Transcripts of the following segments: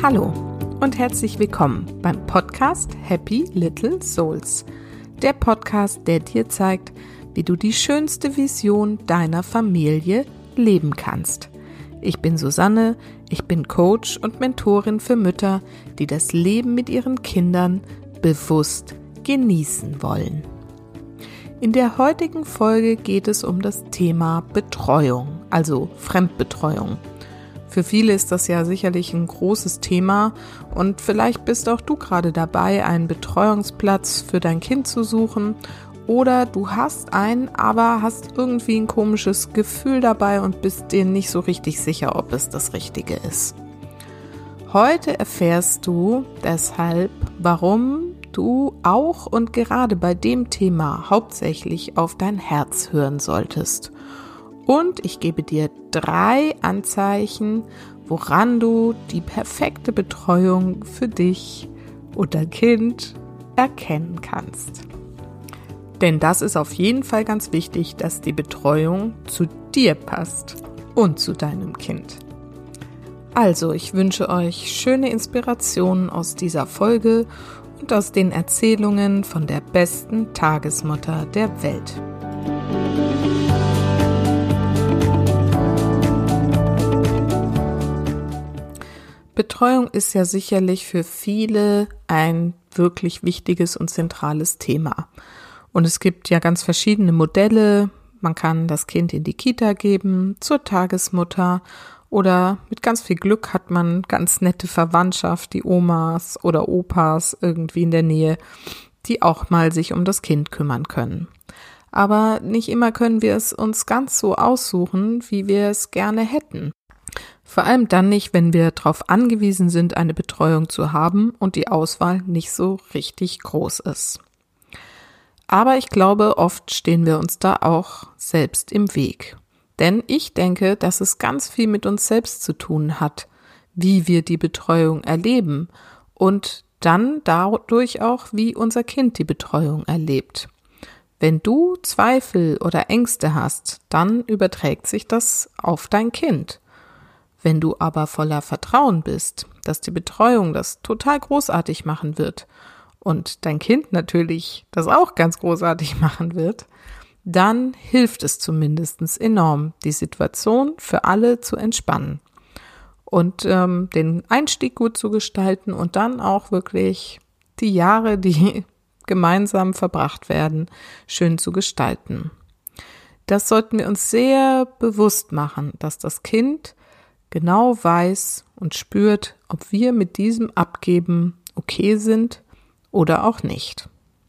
Hallo und herzlich willkommen beim Podcast Happy Little Souls. Der Podcast, der dir zeigt, wie du die schönste Vision deiner Familie leben kannst. Ich bin Susanne, ich bin Coach und Mentorin für Mütter, die das Leben mit ihren Kindern bewusst genießen wollen. In der heutigen Folge geht es um das Thema Betreuung, also Fremdbetreuung. Für viele ist das ja sicherlich ein großes Thema und vielleicht bist auch du gerade dabei, einen Betreuungsplatz für dein Kind zu suchen oder du hast einen, aber hast irgendwie ein komisches Gefühl dabei und bist dir nicht so richtig sicher, ob es das Richtige ist. Heute erfährst du deshalb, warum du auch und gerade bei dem Thema hauptsächlich auf dein Herz hören solltest. Und ich gebe dir 3 Anzeichen, woran du die perfekte Betreuung für dich und dein Kind erkennen kannst. Denn das ist auf jeden Fall ganz wichtig, dass die Betreuung zu dir passt und zu deinem Kind. Also, ich wünsche euch schöne Inspirationen aus dieser Folge und aus den Erzählungen von der besten Tagesmutter der Welt. Betreuung ist ja sicherlich für viele ein wirklich wichtiges und zentrales Thema. Und es gibt ja ganz verschiedene Modelle. Man kann das Kind in die Kita geben, zur Tagesmutter oder mit ganz viel Glück hat man ganz nette Verwandtschaft, die Omas oder Opas irgendwie in der Nähe, die auch mal sich um das Kind kümmern können. Aber nicht immer können wir es uns ganz so aussuchen, wie wir es gerne hätten. Vor allem dann nicht, wenn wir darauf angewiesen sind, eine Betreuung zu haben und die Auswahl nicht so richtig groß ist. Aber ich glaube, oft stehen wir uns da auch selbst im Weg. Denn ich denke, dass es ganz viel mit uns selbst zu tun hat, wie wir die Betreuung erleben und dann dadurch auch, wie unser Kind die Betreuung erlebt. Wenn du Zweifel oder Ängste hast, dann überträgt sich das auf dein Kind. Wenn du aber voller Vertrauen bist, dass die Betreuung das total großartig machen wird und dein Kind natürlich das auch ganz großartig machen wird, dann hilft es zumindest enorm, die Situation für alle zu entspannen und den Einstieg gut zu gestalten und dann auch wirklich die Jahre, die gemeinsam verbracht werden, schön zu gestalten. Das sollten wir uns sehr bewusst machen, dass das Kind genau weiß und spürt, ob wir mit diesem Abgeben okay sind oder auch nicht.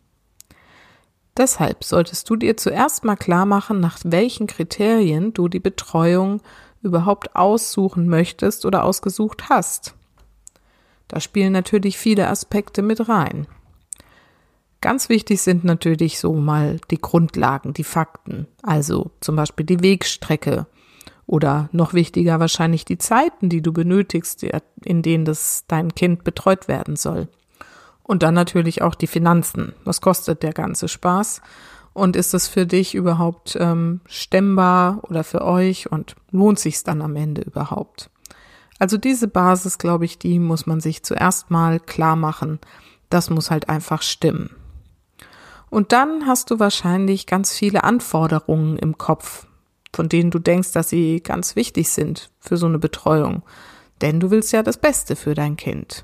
Deshalb solltest du dir zuerst mal klar machen, nach welchen Kriterien du die Betreuung überhaupt aussuchen möchtest oder ausgesucht hast. Da spielen natürlich viele Aspekte mit rein. Ganz wichtig sind natürlich so mal die Grundlagen, die Fakten, also zum Beispiel die Wegstrecke oder noch wichtiger wahrscheinlich die Zeiten, die du benötigst, in denen dein Kind betreut werden soll. Und dann natürlich auch die Finanzen. Was kostet der ganze Spaß? Und ist es für dich überhaupt stemmbar oder für euch? Und lohnt sich's dann am Ende überhaupt? Also diese Basis, glaube ich, die muss man sich zuerst mal klar machen. Das muss halt einfach stimmen. Und dann hast du wahrscheinlich ganz viele Anforderungen im Kopf, von denen du denkst, dass sie ganz wichtig sind für so eine Betreuung. Denn du willst ja das Beste für dein Kind.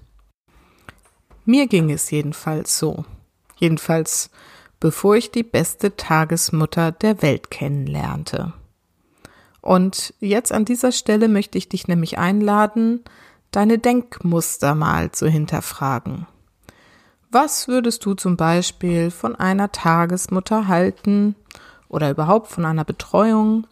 Mir ging es jedenfalls so. Jedenfalls, bevor ich die beste Tagesmutter der Welt kennenlernte. Und jetzt an dieser Stelle möchte ich dich nämlich einladen, deine Denkmuster mal zu hinterfragen. Was würdest du zum Beispiel von einer Tagesmutter halten oder überhaupt von einer Betreuung,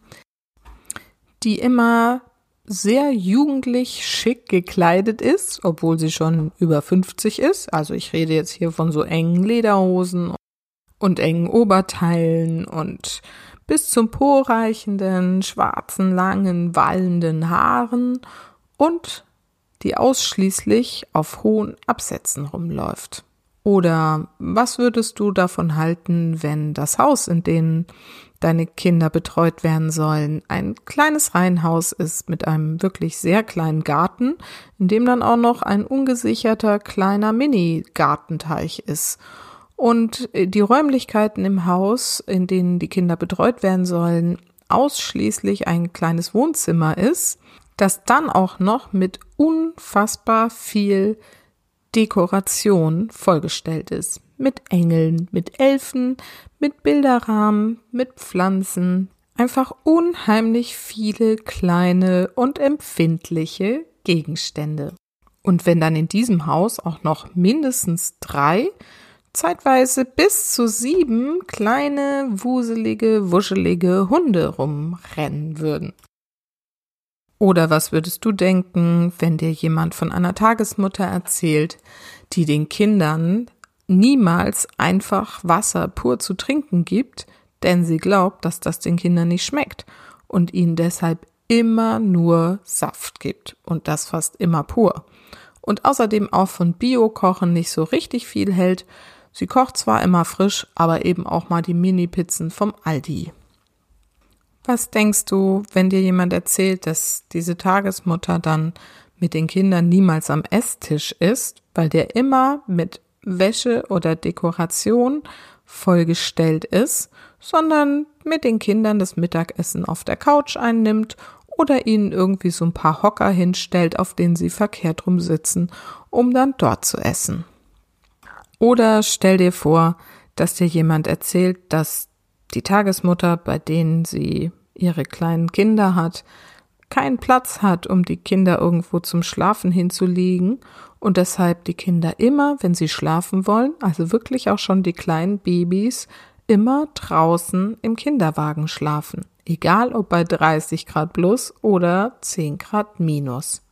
die immer sehr jugendlich schick gekleidet ist, obwohl sie schon über 50 ist. Also ich rede jetzt hier von so engen Lederhosen und engen Oberteilen und bis zum Po reichenden, schwarzen, langen, wallenden Haaren und die ausschließlich auf hohen Absätzen rumläuft. Oder was würdest du davon halten, wenn das Haus, in dem deine Kinder betreut werden sollen, ein kleines Reihenhaus ist mit einem wirklich sehr kleinen Garten, in dem dann auch noch ein ungesicherter kleiner Mini-Gartenteich ist. Und die Räumlichkeiten im Haus, in denen die Kinder betreut werden sollen, ausschließlich ein kleines Wohnzimmer ist, das dann auch noch mit unfassbar viel Dekoration vollgestellt ist. Mit Engeln, mit Elfen, mit Bilderrahmen, mit Pflanzen. Einfach unheimlich viele kleine und empfindliche Gegenstände. Und wenn dann in diesem Haus auch noch mindestens 3, zeitweise bis zu 7 kleine, wuselige, wuschelige Hunde rumrennen würden. Oder was würdest du denken, wenn dir jemand von einer Tagesmutter erzählt, die den Kindern niemals einfach Wasser pur zu trinken gibt, denn sie glaubt, dass das den Kindern nicht schmeckt und ihnen deshalb immer nur Saft gibt und das fast immer pur. Und außerdem auch von Bio-Kochen nicht so richtig viel hält. Sie kocht zwar immer frisch, aber eben auch mal die Mini-Pizzen vom Aldi. Was denkst du, wenn dir jemand erzählt, dass diese Tagesmutter dann mit den Kindern niemals am Esstisch ist, weil der immer mit Wäsche oder Dekoration vollgestellt ist, sondern mit den Kindern das Mittagessen auf der Couch einnimmt oder ihnen irgendwie so ein paar Hocker hinstellt, auf denen sie verkehrt rum sitzen, um dann dort zu essen. Oder stell dir vor, dass dir jemand erzählt, dass die Tagesmutter, bei denen sie ihre kleinen Kinder hat, keinen Platz hat, um die Kinder irgendwo zum Schlafen hinzulegen und deshalb die Kinder immer, wenn sie schlafen wollen, also wirklich auch schon die kleinen Babys, immer draußen im Kinderwagen schlafen. Egal ob bei 30 Grad plus oder 10 Grad minus.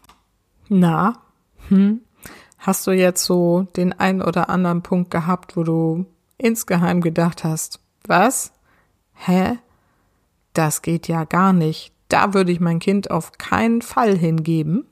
Na, hast du jetzt so den einen oder anderen Punkt gehabt, wo du insgeheim gedacht hast, was? Hä? Das geht ja gar nicht. Da würde ich mein Kind auf keinen Fall hingeben.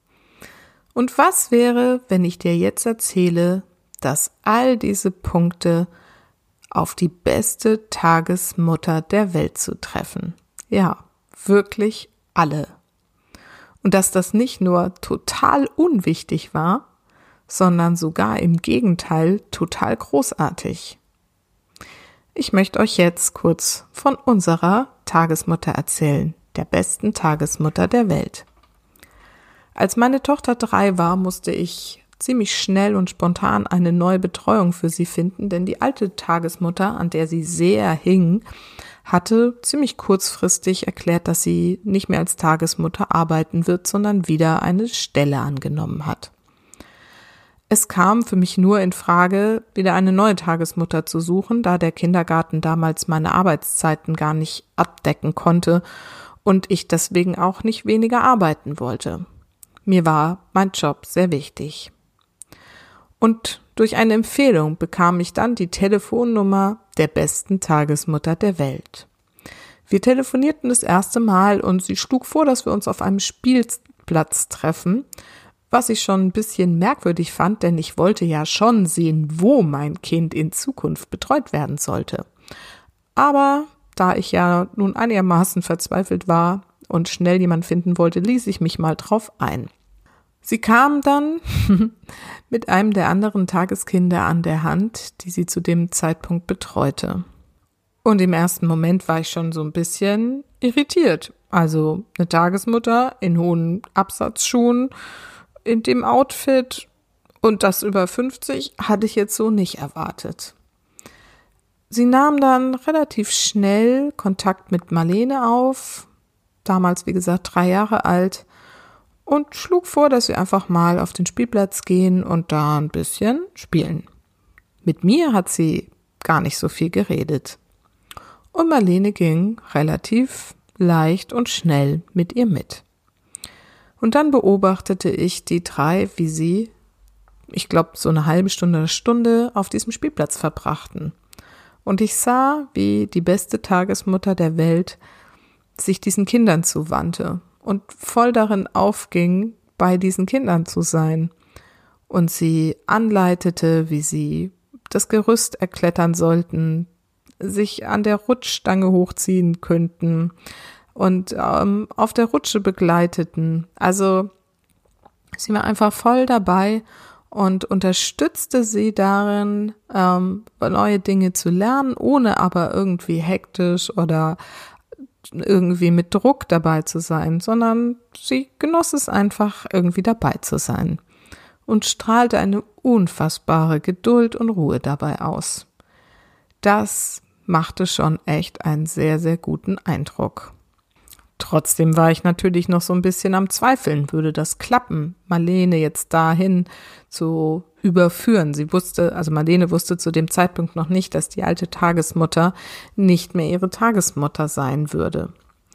Und was wäre, wenn ich dir jetzt erzähle, dass all diese Punkte auf die beste Tagesmutter der Welt zu treffen? Ja, wirklich alle. Und dass das nicht nur total unwichtig war, sondern sogar im Gegenteil total großartig. Ich möchte euch jetzt kurz von unserer Tagesmutter erzählen, der besten Tagesmutter der Welt. Als meine Tochter 3 war, musste ich ziemlich schnell und spontan eine neue Betreuung für sie finden, denn die alte Tagesmutter, an der sie sehr hing, hatte ziemlich kurzfristig erklärt, dass sie nicht mehr als Tagesmutter arbeiten wird, sondern wieder eine Stelle angenommen hat. Es kam für mich nur in Frage, wieder eine neue Tagesmutter zu suchen, da der Kindergarten damals meine Arbeitszeiten gar nicht abdecken konnte und ich deswegen auch nicht weniger arbeiten wollte. Mir war mein Job sehr wichtig. Und durch eine Empfehlung bekam ich dann die Telefonnummer der besten Tagesmutter der Welt. Wir telefonierten das erste Mal und sie schlug vor, dass wir uns auf einem Spielplatz treffen, was ich schon ein bisschen merkwürdig fand, denn ich wollte ja schon sehen, wo mein Kind in Zukunft betreut werden sollte. Aber da ich ja nun einigermaßen verzweifelt war und schnell jemand finden wollte, ließ ich mich mal drauf ein. Sie kam dann mit einem der anderen Tageskinder an der Hand, die sie zu dem Zeitpunkt betreute. Und im ersten Moment war ich schon so ein bisschen irritiert. Also eine Tagesmutter in hohen Absatzschuhen, in dem Outfit und das über 50 hatte ich jetzt so nicht erwartet. Sie nahm dann relativ schnell Kontakt mit Marlene auf, damals wie gesagt 3 Jahre alt, und schlug vor, dass wir einfach mal auf den Spielplatz gehen und da ein bisschen spielen. Mit mir hat sie gar nicht so viel geredet. Und Marlene ging relativ leicht und schnell mit ihr mit. Und dann beobachtete ich die 3, wie sie, ich glaube, so eine halbe Stunde, Stunde auf diesem Spielplatz verbrachten. Und ich sah, wie die beste Tagesmutter der Welt sich diesen Kindern zuwandte und voll darin aufging, bei diesen Kindern zu sein. Und sie anleitete, wie sie das Gerüst erklettern sollten, sich an der Rutschstange hochziehen könnten und auf der Rutsche begleiteten. Also sie war einfach voll dabei und unterstützte sie darin, neue Dinge zu lernen, ohne aber irgendwie hektisch oder irgendwie mit Druck dabei zu sein, sondern sie genoss es einfach, irgendwie dabei zu sein und strahlte eine unfassbare Geduld und Ruhe dabei aus. Das machte schon echt einen sehr, sehr guten Eindruck. Trotzdem war ich natürlich noch so ein bisschen am Zweifeln, würde das klappen, Marlene jetzt dahin zu überführen. Marlene wusste zu dem Zeitpunkt noch nicht, dass die alte Tagesmutter nicht mehr ihre Tagesmutter sein würde.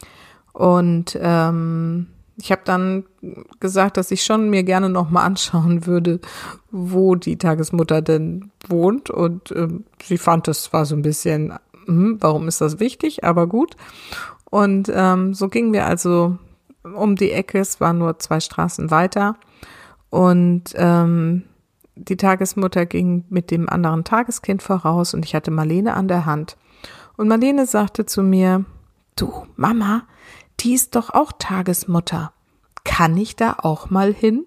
Und ich habe dann gesagt, dass ich schon mir gerne noch mal anschauen würde, wo die Tagesmutter denn wohnt. Und sie fand, das war so ein bisschen, warum ist das wichtig? Aber gut. Und so gingen wir also um die Ecke, es waren nur 2 Straßen weiter. Und die Tagesmutter ging mit dem anderen Tageskind voraus und ich hatte Marlene an der Hand. Und Marlene sagte zu mir, du Mama, die ist doch auch Tagesmutter. Kann ich da auch mal hin?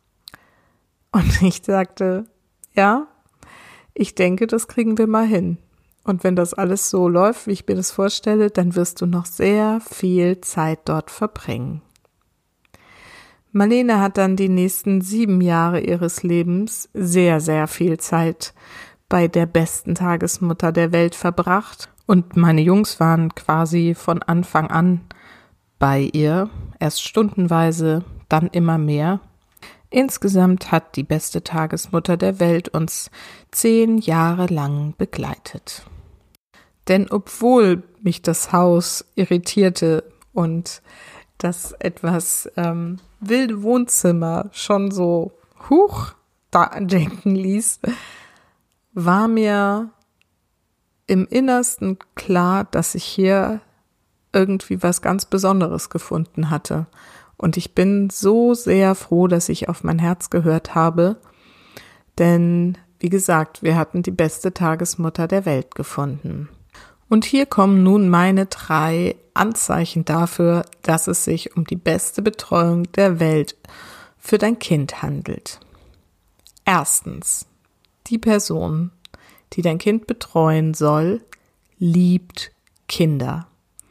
Und ich sagte, ja, ich denke, das kriegen wir mal hin. Und wenn das alles so läuft, wie ich mir das vorstelle, dann wirst du noch sehr viel Zeit dort verbringen. Marlene hat dann die nächsten 7 Jahre ihres Lebens sehr, sehr viel Zeit bei der besten Tagesmutter der Welt verbracht. Und meine Jungs waren quasi von Anfang an bei ihr, erst stundenweise, dann immer mehr. Insgesamt hat die beste Tagesmutter der Welt uns 10 Jahre lang begleitet. Denn obwohl mich das Haus irritierte und das etwas wilde Wohnzimmer schon so da denken ließ, war mir im Innersten klar, dass ich hier irgendwie was ganz Besonderes gefunden hatte. Und ich bin so sehr froh, dass ich auf mein Herz gehört habe, denn wie gesagt, wir hatten die beste Tagesmutter der Welt gefunden. Und hier kommen nun meine 3 Anzeichen dafür, dass es sich um die beste Betreuung der Welt für dein Kind handelt. Erstens, die Person, die dein Kind betreuen soll, liebt Kinder.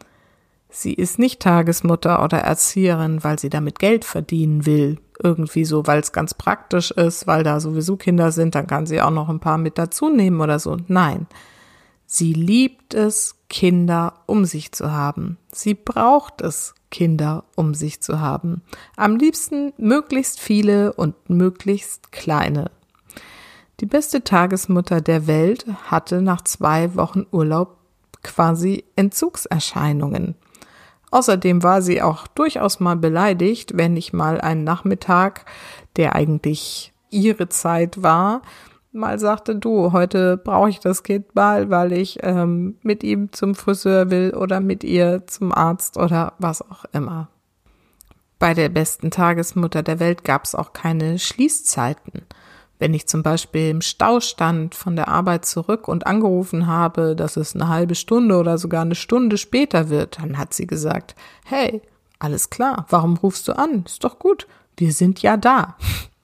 Sie ist nicht Tagesmutter oder Erzieherin, weil sie damit Geld verdienen will. Irgendwie so, weil es ganz praktisch ist, weil da sowieso Kinder sind, dann kann sie auch noch ein paar mit dazu nehmen oder so. Nein, sie liebt es, Kinder um sich zu haben. Sie braucht es, Kinder um sich zu haben. Am liebsten möglichst viele und möglichst kleine. Die beste Tagesmutter der Welt hatte nach 2 Wochen Urlaub quasi Entzugserscheinungen. Außerdem war sie auch durchaus mal beleidigt, wenn ich mal einen Nachmittag, der eigentlich ihre Zeit war, mal sagte, du, heute brauche ich das Kind mal, weil ich mit ihm zum Friseur will oder mit ihr zum Arzt oder was auch immer. Bei der besten Tagesmutter der Welt gab es auch keine Schließzeiten. Wenn ich zum Beispiel im Stau stand von der Arbeit zurück und angerufen habe, dass es eine halbe Stunde oder sogar eine Stunde später wird, dann hat sie gesagt, hey, alles klar, warum rufst du an? Ist doch gut, wir sind ja da.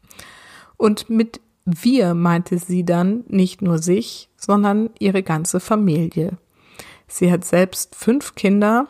Und mit wir meinte sie dann nicht nur sich, sondern ihre ganze Familie. Sie hat selbst 5 Kinder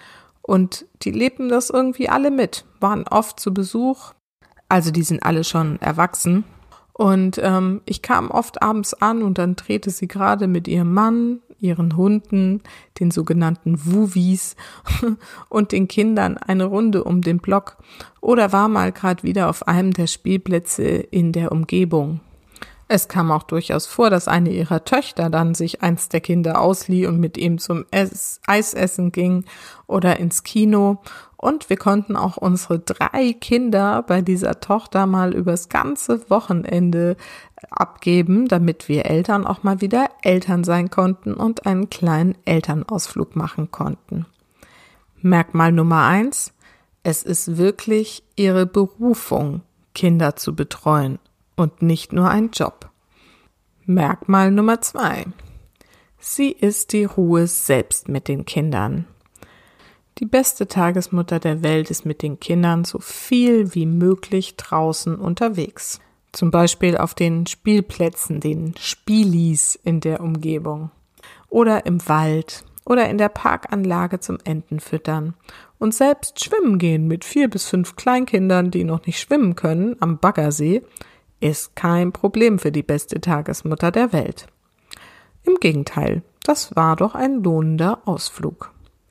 und die lebten das irgendwie alle mit, waren oft zu Besuch, also die sind alle schon erwachsen. Und ich kam oft abends an und dann drehte sie gerade mit ihrem Mann, ihren Hunden, den sogenannten Wuwis und den Kindern eine Runde um den Block oder war mal gerade wieder auf einem der Spielplätze in der Umgebung. Es kam auch durchaus vor, dass eine ihrer Töchter dann sich eins der Kinder auslieh und mit ihm zum Eisessen ging oder ins Kino. Und wir konnten auch unsere 3 Kinder bei dieser Tochter mal übers ganze Wochenende abgeben, damit wir Eltern auch mal wieder Eltern sein konnten und einen kleinen Elternausflug machen konnten. Merkmal Nummer 1, es ist wirklich ihre Berufung, Kinder zu betreuen und nicht nur ein Job. Merkmal Nummer 2, Sie ist die Ruhe selbst mit den Kindern. Die beste Tagesmutter der Welt ist mit den Kindern so viel wie möglich draußen unterwegs. Zum Beispiel auf den Spielplätzen, den Spielis in der Umgebung. Oder im Wald oder in der Parkanlage zum Entenfüttern. Und selbst schwimmen gehen mit 4 bis 5 Kleinkindern, die noch nicht schwimmen können, am Baggersee, ist kein Problem für die beste Tagesmutter der Welt. Im Gegenteil, das war doch ein lohnender Ausflug.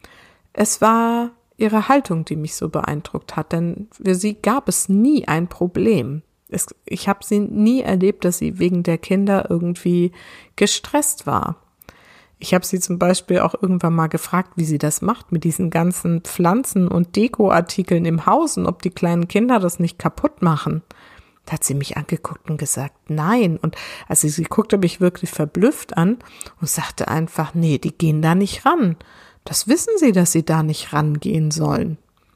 Es war ihre Haltung, die mich so beeindruckt hat, denn für sie gab es nie ein Problem. Ich habe sie nie erlebt, dass sie wegen der Kinder irgendwie gestresst war. Ich habe sie zum Beispiel auch irgendwann mal gefragt, wie sie das macht mit diesen ganzen Pflanzen und Dekoartikeln im Haus und ob die kleinen Kinder das nicht kaputt machen. Da hat sie mich angeguckt und gesagt, nein. Und also sie guckte mich wirklich verblüfft an und sagte einfach, nee, die gehen da nicht ran. Das wissen sie, dass sie da nicht rangehen sollen.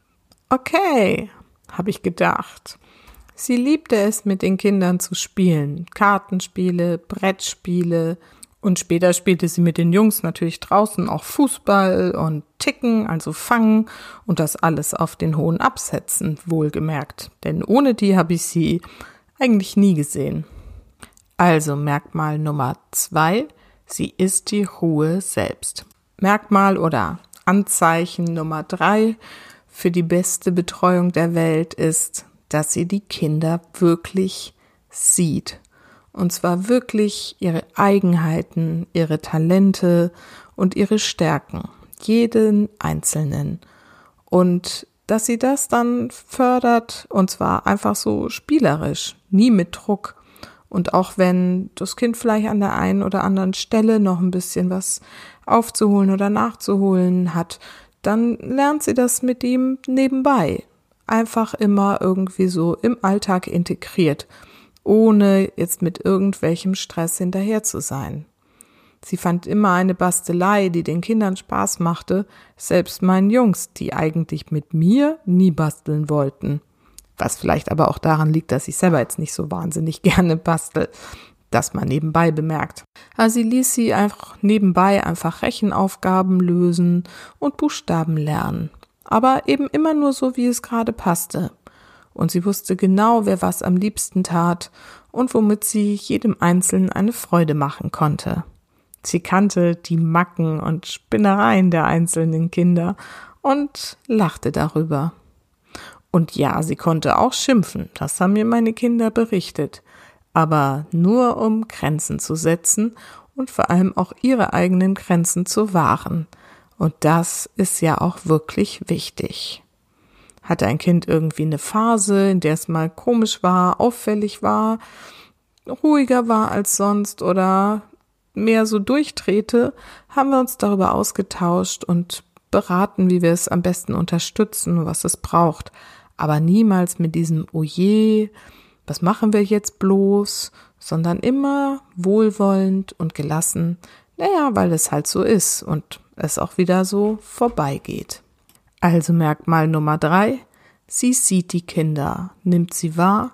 Okay, habe ich gedacht. Sie liebte es, mit den Kindern zu spielen. Kartenspiele, Brettspiele. Und später spielte sie mit den Jungs natürlich draußen auch Fußball und Ticken, also Fangen. Und das alles auf den hohen Absätzen, wohlgemerkt. Denn ohne die habe ich sie eigentlich nie gesehen. Also Merkmal Nummer 2, sie ist die Ruhe selbst. Merkmal oder Anzeichen Nummer 3 für die beste Betreuung der Welt ist, dass sie die Kinder wirklich sieht. Und zwar wirklich ihre Eigenheiten, ihre Talente und ihre Stärken. Jeden Einzelnen. Und dass sie das dann fördert, und zwar einfach so spielerisch, nie mit Druck. Und auch wenn das Kind vielleicht an der einen oder anderen Stelle noch ein bisschen was aufzuholen oder nachzuholen hat, dann lernt sie das mit ihm nebenbei. Einfach immer irgendwie so im Alltag integriert, ohne jetzt mit irgendwelchem Stress hinterher zu sein. Sie fand immer eine Bastelei, die den Kindern Spaß machte, selbst meinen Jungs, die eigentlich mit mir nie basteln wollten. Was vielleicht aber auch daran liegt, dass ich selber jetzt nicht so wahnsinnig gerne bastel. Das mal nebenbei bemerkt. Also sie ließ sie einfach nebenbei einfach Rechenaufgaben lösen und Buchstaben lernen. Aber eben immer nur so, wie es gerade passte. Und sie wusste genau, wer was am liebsten tat und womit sie jedem Einzelnen eine Freude machen konnte. Sie kannte die Macken und Spinnereien der einzelnen Kinder und lachte darüber. Und ja, sie konnte auch schimpfen, das haben mir meine Kinder berichtet. Aber nur um Grenzen zu setzen und vor allem auch ihre eigenen Grenzen zu wahren. Und das ist ja auch wirklich wichtig. Hatte ein Kind irgendwie eine Phase, in der es mal komisch war, auffällig war, ruhiger war als sonst oder mehr so durchdrehte, haben wir uns darüber ausgetauscht und beraten, wie wir es am besten unterstützen, was es braucht. Aber niemals mit diesem Oje, was machen wir jetzt bloß, sondern immer wohlwollend und gelassen, weil es halt so ist und es auch wieder so vorbeigeht. Also Merkmal Nummer 3, sie sieht die Kinder, nimmt sie wahr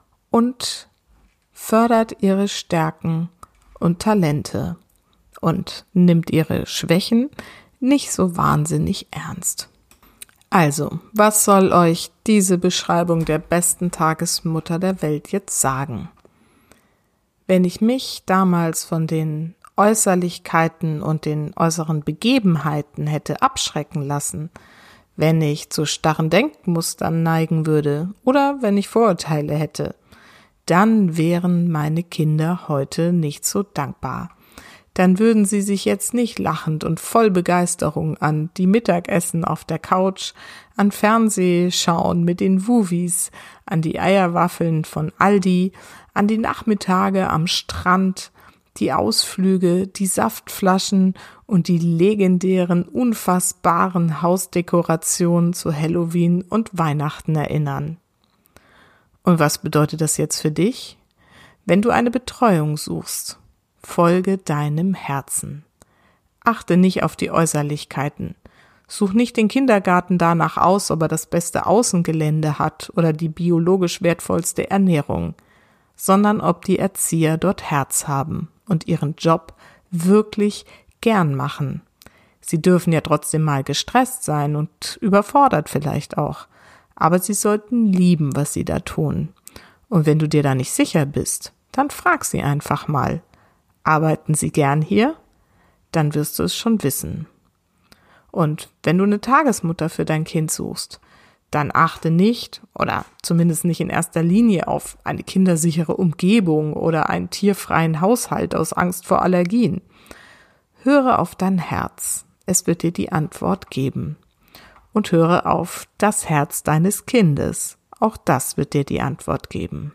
und fördert ihre Stärken und Talente und nimmt ihre Schwächen nicht so wahnsinnig ernst. Also, was soll euch diese Beschreibung der besten Tagesmutter der Welt jetzt sagen? Wenn ich mich damals von den Äußerlichkeiten und den äußeren Begebenheiten hätte abschrecken lassen, wenn ich zu starren Denkmustern neigen würde oder wenn ich Vorurteile hätte, dann wären meine Kinder heute nicht so dankbar. Dann würden sie sich jetzt nicht lachend und voll Begeisterung an die Mittagessen auf der Couch, an Fernseh schauen mit den Wuvis, an die Eierwaffeln von Aldi, an die Nachmittage am Strand, die Ausflüge, die Saftflaschen und die legendären, unfassbaren Hausdekorationen zu Halloween und Weihnachten erinnern. Und was bedeutet das jetzt für dich? Wenn du eine Betreuung suchst, folge deinem Herzen. Achte nicht auf die Äußerlichkeiten. Such nicht den Kindergarten danach aus, ob er das beste Außengelände hat oder die biologisch wertvollste Ernährung, sondern ob die Erzieher dort Herz haben und ihren Job wirklich gern machen. Sie dürfen ja trotzdem mal gestresst sein und überfordert vielleicht auch. Aber sie sollten lieben, was sie da tun. Und wenn du dir da nicht sicher bist, dann frag sie einfach mal. Arbeiten sie gern hier? Dann wirst du es schon wissen. Und wenn du eine Tagesmutter für dein Kind suchst, dann achte nicht oder zumindest nicht in erster Linie auf eine kindersichere Umgebung oder einen tierfreien Haushalt aus Angst vor Allergien. Höre auf dein Herz, es wird dir die Antwort geben. Und höre auf das Herz deines Kindes, auch das wird dir die Antwort geben.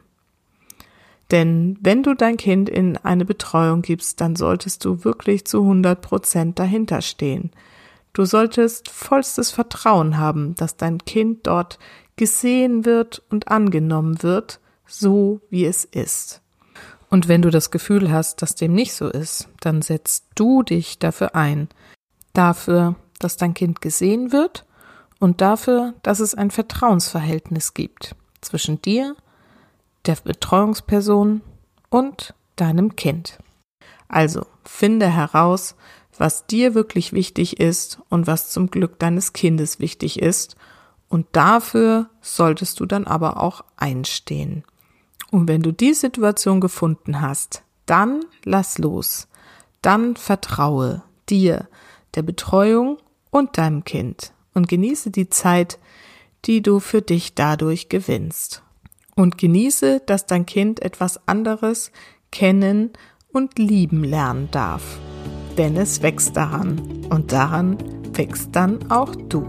Denn wenn du dein Kind in eine Betreuung gibst, dann solltest du wirklich zu 100% dahinter stehen. Du solltest vollstes Vertrauen haben, dass dein Kind dort gesehen wird und angenommen wird, so wie es ist. Und wenn du das Gefühl hast, dass dem nicht so ist, dann setzt du dich dafür ein. Dafür, dass dein Kind gesehen wird und dafür, dass es ein Vertrauensverhältnis gibt zwischen dir, der Betreuungsperson und deinem Kind. Also finde heraus, was dir wirklich wichtig ist und was zum Glück deines Kindes wichtig ist. Und dafür solltest du dann aber auch einstehen. Und wenn du die Situation gefunden hast, dann lass los. Dann vertraue dir, der Betreuung und deinem Kind und genieße die Zeit, die du für dich dadurch gewinnst. Und genieße, dass dein Kind etwas anderes kennen und lieben lernen darf. Denn es wächst daran und daran wächst dann auch du.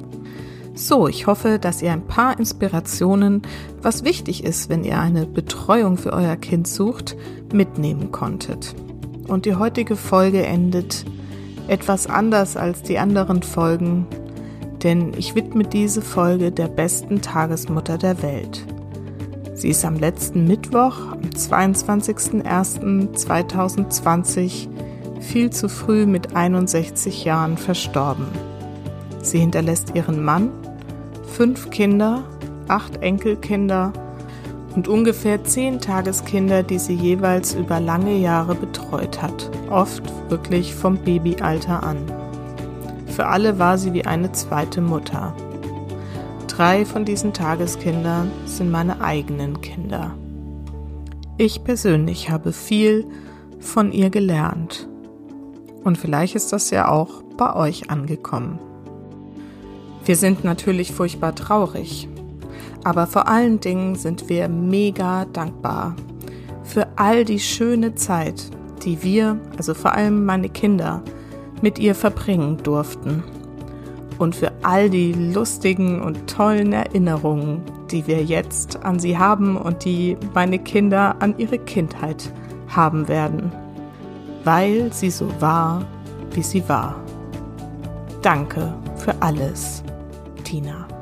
So, ich hoffe, dass ihr ein paar Inspirationen, was wichtig ist, wenn ihr eine Betreuung für euer Kind sucht, mitnehmen konntet. Und die heutige Folge endet etwas anders als die anderen Folgen, denn ich widme diese Folge der besten Tagesmutter der Welt. Sie ist am letzten Mittwoch, am 22.01.2020, viel zu früh mit 61 Jahren verstorben. Sie hinterlässt ihren Mann, 5 Kinder, 8 Enkelkinder und ungefähr 10 Tageskinder, die sie jeweils über lange Jahre betreut hat, oft wirklich vom Babyalter an. Für alle war sie wie eine zweite Mutter. 3 von diesen Tageskindern sind meine eigenen Kinder. Ich persönlich habe viel von ihr gelernt. Und vielleicht ist das ja auch bei euch angekommen. Wir sind natürlich furchtbar traurig, aber vor allen Dingen sind wir mega dankbar für all die schöne Zeit, die wir, also vor allem meine Kinder, mit ihr verbringen durften. Und für all die lustigen und tollen Erinnerungen, die wir jetzt an sie haben und die meine Kinder an ihre Kindheit haben werden. Weil sie so war, wie sie war. Danke für alles, Tina.